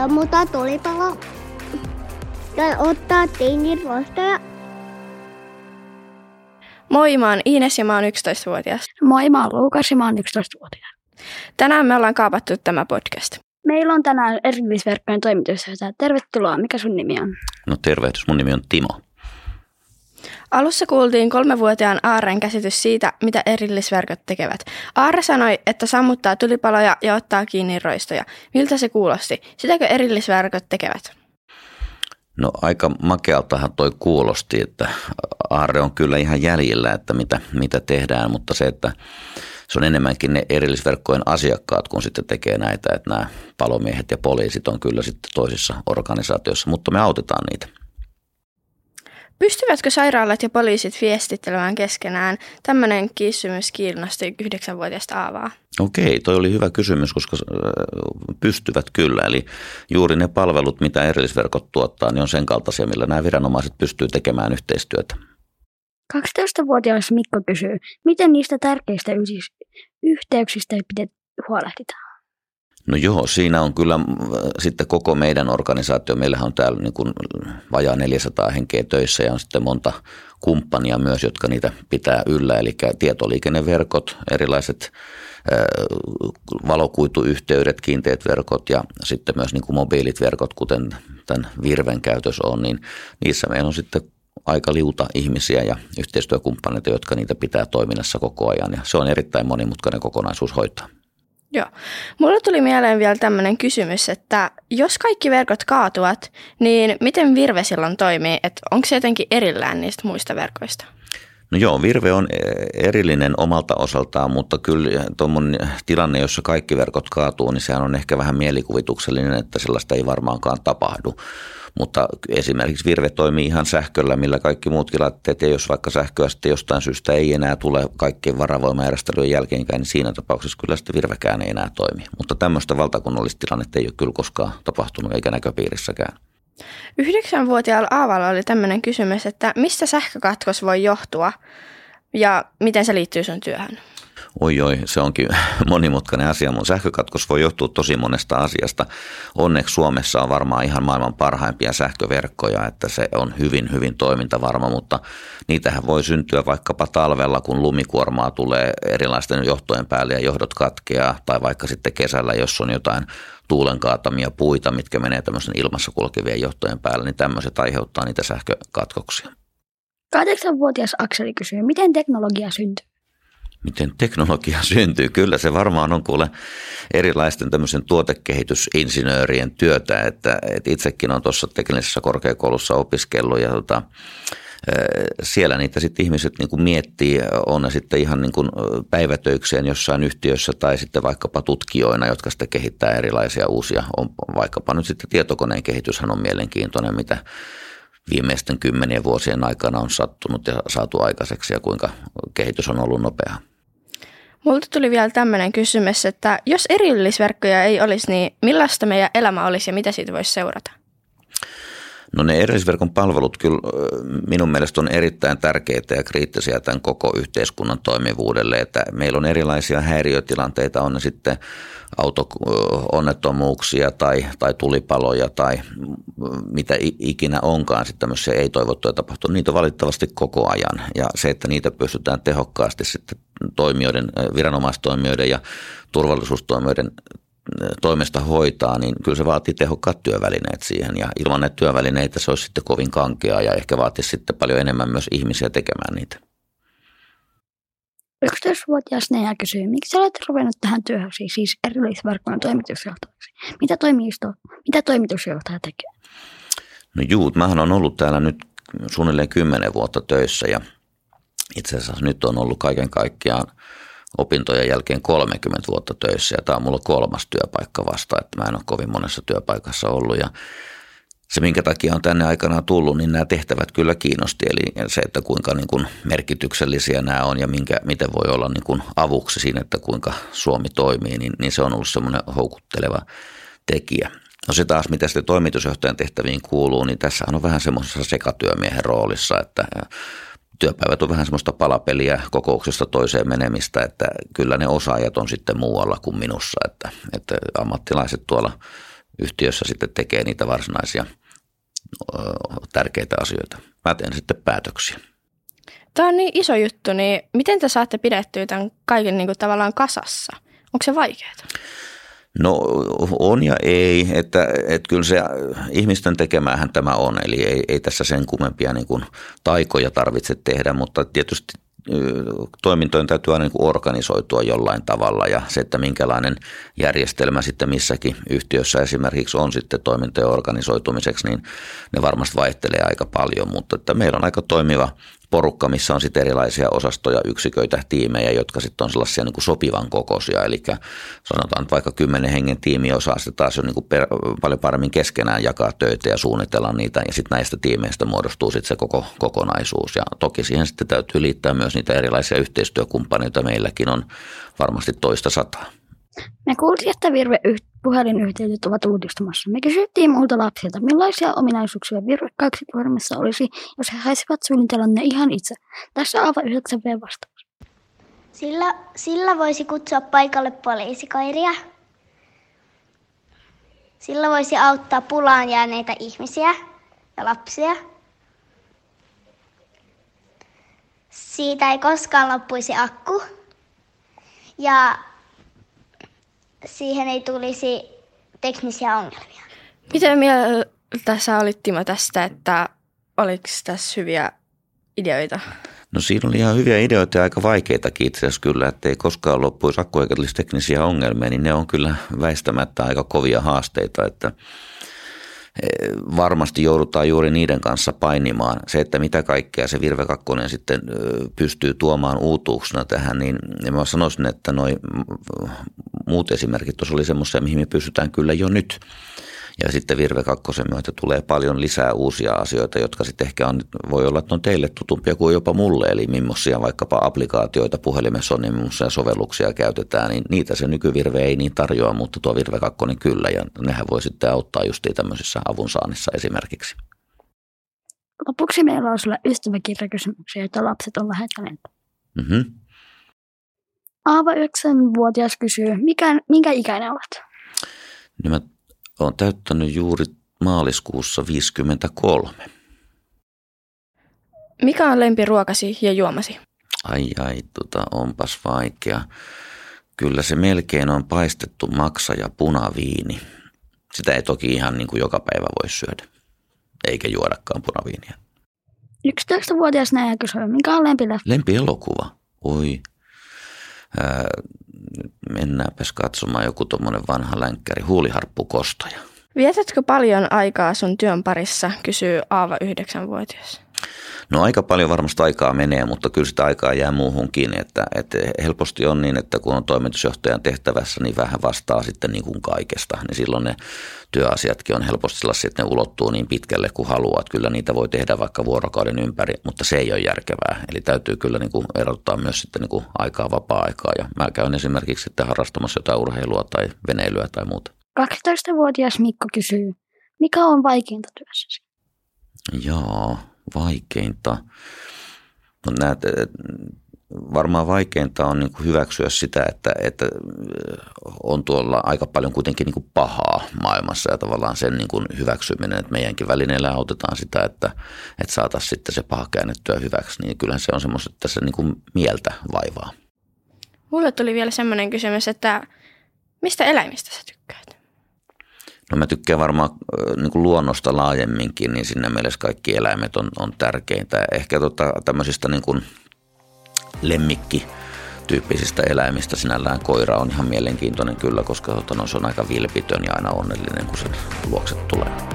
sammuttaa tulipalo ja ottaa tingin roistoja. Moi, mä oon Iines ja mä oon 11-vuotias. Moi, mä oon Luukas ja mä oon 11-vuotias. Tänään me ollaan kaapattu tämä podcast. Meillä on tänään erillisverkkojen toimitusjohtaja. Tervetuloa. Mikä sun nimi on? No tervehdys, mun nimi on Timo. Alussa kuultiin 3-vuotiaan Aarren käsitys siitä, mitä erillisverkot tekevät. Aarre sanoi, että sammuttaa tulipaloja ja ottaa kiinni roistoja. Miltä se kuulosti? Sitäkö erillisverkot tekevät? No aika makealtahan toi kuulosti, että Aarre on kyllä ihan jäljellä, että mitä tehdään, mutta se, että se on enemmänkin ne erillisverkkojen asiakkaat, kun sitten tekee näitä, että nämä palomiehet ja poliisit on kyllä sitten toisissa organisaatioissa, mutta me autetaan niitä. Pystyvätkö sairaalat ja poliisit viestittelemään keskenään? Tämmöinen kysymys kiinnosti 9-vuotiaasta Aavaa. Okei, toi oli hyvä kysymys, koska pystyvät kyllä. Eli juuri ne palvelut, mitä erillisverkot tuottaa, niin on sen kaltaisia, millä nämä viranomaiset pystyy tekemään yhteistyötä. 12-vuotias Mikko kysyy, miten niistä tärkeistä yhteyksistä huolehditaan? No joo, siinä on kyllä sitten koko meidän organisaatio. Meillähän on täällä niin kuin vajaa 400 henkeä töissä ja on sitten monta kumppania myös, jotka niitä pitää yllä. Eli tietoliikenneverkot, erilaiset valokuituyhteydet, kiinteät verkot ja sitten myös niin kuin mobiilit verkot, kuten tämän Virven käytös on, niin niissä meillä on sitten aika liuta ihmisiä ja yhteistyökumppaneita, jotka niitä pitää toiminnassa koko ajan. Ja se on erittäin monimutkainen kokonaisuus hoitaa. Joo. Mulle tuli mieleen vielä tämmöinen kysymys, että jos kaikki verkot kaatuvat, niin miten Virve silloin toimii? Että onko se jotenkin erillään niistä muista verkoista? No joo, Virve on erillinen omalta osaltaan, mutta kyllä tuommoinen tilanne, jossa kaikki verkot kaatuu, niin sehän on ehkä vähän mielikuvituksellinen, että sellaista ei varmaankaan tapahdu. Mutta esimerkiksi Virve toimii ihan sähköllä, millä kaikki muutkin laitteet, ja jos vaikka sähköä sitten jostain syystä ei enää tule kaikkien varavoimajärjestelyjen jälkeenkään, niin siinä tapauksessa kyllä sitten Virvekään ei enää toimi. Mutta tämmöistä valtakunnallista tilannetta ei ole kyllä koskaan tapahtunut eikä näköpiirissäkään. 9-vuotiaalla Aavalla oli tämmöinen kysymys, että mistä sähkökatkos voi johtua ja miten se liittyy sun työhön? Oi, se onkin monimutkainen asia. Mun sähkökatkos voi johtua tosi monesta asiasta. Onneksi Suomessa on varmaan ihan maailman parhaimpia sähköverkkoja, että se on hyvin, hyvin toimintavarma, mutta niitähän voi syntyä vaikkapa talvella, kun lumikuormaa tulee erilaisten johtojen päälle ja johdot katkeaa, tai vaikka sitten kesällä, jos on jotain tuulen kaatamia puita, mitkä menee tämmöisen ilmassa kulkevien johtojen päälle, niin tämmöiset aiheuttaa niitä sähkökatkoksia. 8-vuotias Akseli kysyy, miten teknologia syntyy? Miten teknologia syntyy? Kyllä se varmaan on kuule erilaisten tämmöisen tuotekehitysinsinöörien työtä, että itsekin on tuossa teknisessä korkeakoulussa opiskellut ja siellä niitä sitten ihmiset niin kuin miettii, on ne sitten ihan niin kuin päivätöikseen jossain yhtiössä tai sitten vaikkapa tutkijoina, jotka sitten kehittää erilaisia uusia, on vaikkapa nyt sitten tietokoneen kehityshän on mielenkiintoinen, mitä viimeisten 10 vuosien aikana on sattunut ja saatu aikaiseksi ja kuinka kehitys on ollut nopeaa. Multa tuli vielä tämmöinen kysymys, että jos erillisverkkoja ei olisi, niin millaista meidän elämä olisi ja mitä siitä voisi seurata? No ne erillisverkon palvelut kyllä minun mielestä on erittäin tärkeitä ja kriittisiä tämän koko yhteiskunnan toimivuudelle, että meillä on erilaisia häiriötilanteita, on ne sitten auto-onnettomuuksia tai tulipaloja tai mitä ikinä onkaan sitten tämmöisiä ei-toivottuja tapahtumia. Niitä on valitettavasti koko ajan ja se, että niitä pystytään tehokkaasti sitten viranomaistoimijoiden ja turvallisuustoimijoiden toimesta hoitaa, niin kyllä se vaatii tehokkaat työvälineet siihen ja ilman näitä työvälineitä se olisi sitten kovin kankeaa ja ehkä vaatisi sitten paljon enemmän myös ihmisiä tekemään niitä. 11-vuotias Nea kysyy, miksi olet ruvennut tähän työhön, siis erillisverkkojen toimitusjohtajaksi? Mitä toimitusjohtaja tekee? No mähän on ollut täällä nyt suunnilleen 10 vuotta töissä ja itse asiassa nyt on ollut kaiken kaikkiaan opintojen jälkeen 30 vuotta töissä ja tämä on mulla 3. työpaikka vasta, että mä en ole kovin monessa työpaikassa ollut ja se minkä takia on tänne aikanaan tullut, niin nämä tehtävät kyllä kiinnosti, eli se, että kuinka niin kuin merkityksellisiä nämä on ja miten voi olla niin kuin avuksi siinä, että kuinka Suomi toimii, niin se on ollut semmoinen houkutteleva tekijä. No se taas, mitä sitten toimitusjohtajan tehtäviin kuuluu, niin tässä on vähän semmoisessa sekatyömiehen roolissa, että työpäivät on vähän semmoista palapeliä kokouksesta toiseen menemistä, että kyllä ne osaajat on sitten muualla kuin minussa, että ammattilaiset tuolla yhtiössä sitten tekee niitä varsinaisia tärkeitä asioita. Mä teen sitten päätöksiä. Tämä on niin iso juttu, niin miten te saatte pidettyä tämän kaiken niin kuin tavallaan kasassa? Onko se vaikeaa? No on ja ei, että kyllä se ihmisten tekemäähän tämä on, eli ei tässä sen kummempia niin kuin taikoja tarvitse tehdä, mutta tietysti toimintojen täytyy aina niin kuin organisoitua jollain tavalla ja se, että minkälainen järjestelmä sitten missäkin yhtiössä esimerkiksi on sitten toimintojen organisoitumiseksi, niin ne varmasti vaihtelee aika paljon, mutta että meillä on aika toimiva porukka, missä on sitten erilaisia osastoja, yksiköitä, tiimejä, jotka sitten on sellaisia niin kuin sopivan kokoisia, eli sanotaan, että vaikka 10 hengen tiimi osaa sitten taas jo niin kuin paljon paremmin keskenään jakaa töitä ja suunnitella niitä, ja sitten näistä tiimeistä muodostuu sitten se koko kokonaisuus, ja toki siihen sitten täytyy liittää myös niitä erilaisia yhteistyökumppaneita, meilläkin on varmasti 200. Me kuultiin, että Virve-puhelinyhteydet ovat uutistumassa. Me kysyttiin muilta lapsilta, millaisia ominaisuuksia Virve 2 olisi, jos he saisivat suunnitella ne ihan itse. Tässä Aava 9V vastaus. Sillä voisi kutsua paikalle poliisikoiria. Sillä voisi auttaa pulaan jääneitä ihmisiä ja lapsia. Siitä ei koskaan loppuisi akku. Ja siihen ei tulisi teknisiä ongelmia. Miten mieltä sä olit, Timo, tästä, että oliko tässä hyviä ideoita? No siinä oli ihan hyviä ideoita ja aika vaikeitakin itse asiassa kyllä, että ei koskaan loppuisi akku eikä tulisi teknisiä ongelmia, niin ne on kyllä väistämättä aika kovia haasteita, että varmasti joudutaan juuri niiden kanssa painimaan. Se, että mitä kaikkea se Virve 2 sitten pystyy tuomaan uutuuksena tähän, niin mä sanoisin, että noi muut esimerkit tuossa oli semmoisia, mihin me pystytään kyllä jo nyt. Ja sitten Virve 2 myötä tulee paljon lisää uusia asioita, jotka sitten ehkä voi olla, että on teille tutumpia kuin jopa mulle. Eli millaisia vaikkapa applikaatioita puhelimessa on, niin millaisia sovelluksia käytetään, niin niitä se nykyvirve ei niin tarjoa, mutta tuo Virve 2 kyllä. Ja nehän voi sitten auttaa just tämmöisissä avunsaannissa esimerkiksi. Lopuksi meillä on sulle ystäväkirjakysymyksiä, joita lapset on lähettäneet. Mm-hmm. Aava 9-vuotias kysyy, minkä ikäinen olet? Niin mä olen täyttänyt juuri maaliskuussa 53. Mikä on lempiruokasi ja juomasi? Onpas vaikea. Kyllä se melkein on paistettu maksa ja punaviini. Sitä ei toki ihan niin kuin joka päivä voi syödä, eikä juodakaan punaviiniä. 11-vuotias näin kysyy, mikä on lempileffa? Lempielokuva? Oi. Mennäänpäs katsomaan joku tommonen vanha länkkäri, Huuliharppukostaja. Vietätkö paljon aikaa sun työn parissa, kysyy Aava 9-vuotias. No aika paljon varmasti aikaa menee, mutta kyllä sitä aikaa jää muuhunkin, että helposti on niin, että kun on toimitusjohtajan tehtävässä, niin vähän vastaa sitten niin kuin kaikesta, niin silloin ne työasiatkin on helposti sellaisia, että ne ulottuu niin pitkälle kuin haluat. Kyllä niitä voi tehdä vaikka vuorokauden ympäri, mutta se ei ole järkevää. Eli täytyy kyllä niin kuin erottaa myös sitten niin kuin aikaa, vapaa-aikaa. Ja mä käyn esimerkiksi sitten harrastamassa jotain urheilua tai veneilyä tai muuta. 12-vuotias Mikko kysyy, mikä on vaikeinta työssäsi? Joo, vaikeinta. No varmaan vaikeinta on niin kuin hyväksyä sitä, että on tuolla aika paljon kuitenkin niin kuin pahaa maailmassa ja tavallaan sen niin kuin hyväksyminen, että meidänkin välineillä autetaan sitä, että saataisiin sitten se paha käännettyä hyväksi, niin kyllähän se on semmoista, että se niin kuin mieltä vaivaa. Mulle tuli vielä semmoinen kysymys, että mistä eläimistä sä tykkäät? No mä tykkään varmaan niin kuin luonnosta laajemminkin, niin siinä mielessä kaikki eläimet on tärkeintä. Ehkä tämmöisistä niin kuin lemmikkityyppisistä eläimistä sinällään koira on ihan mielenkiintoinen kyllä, koska se on aika vilpitön ja aina onnellinen, kun sen luokse tulee.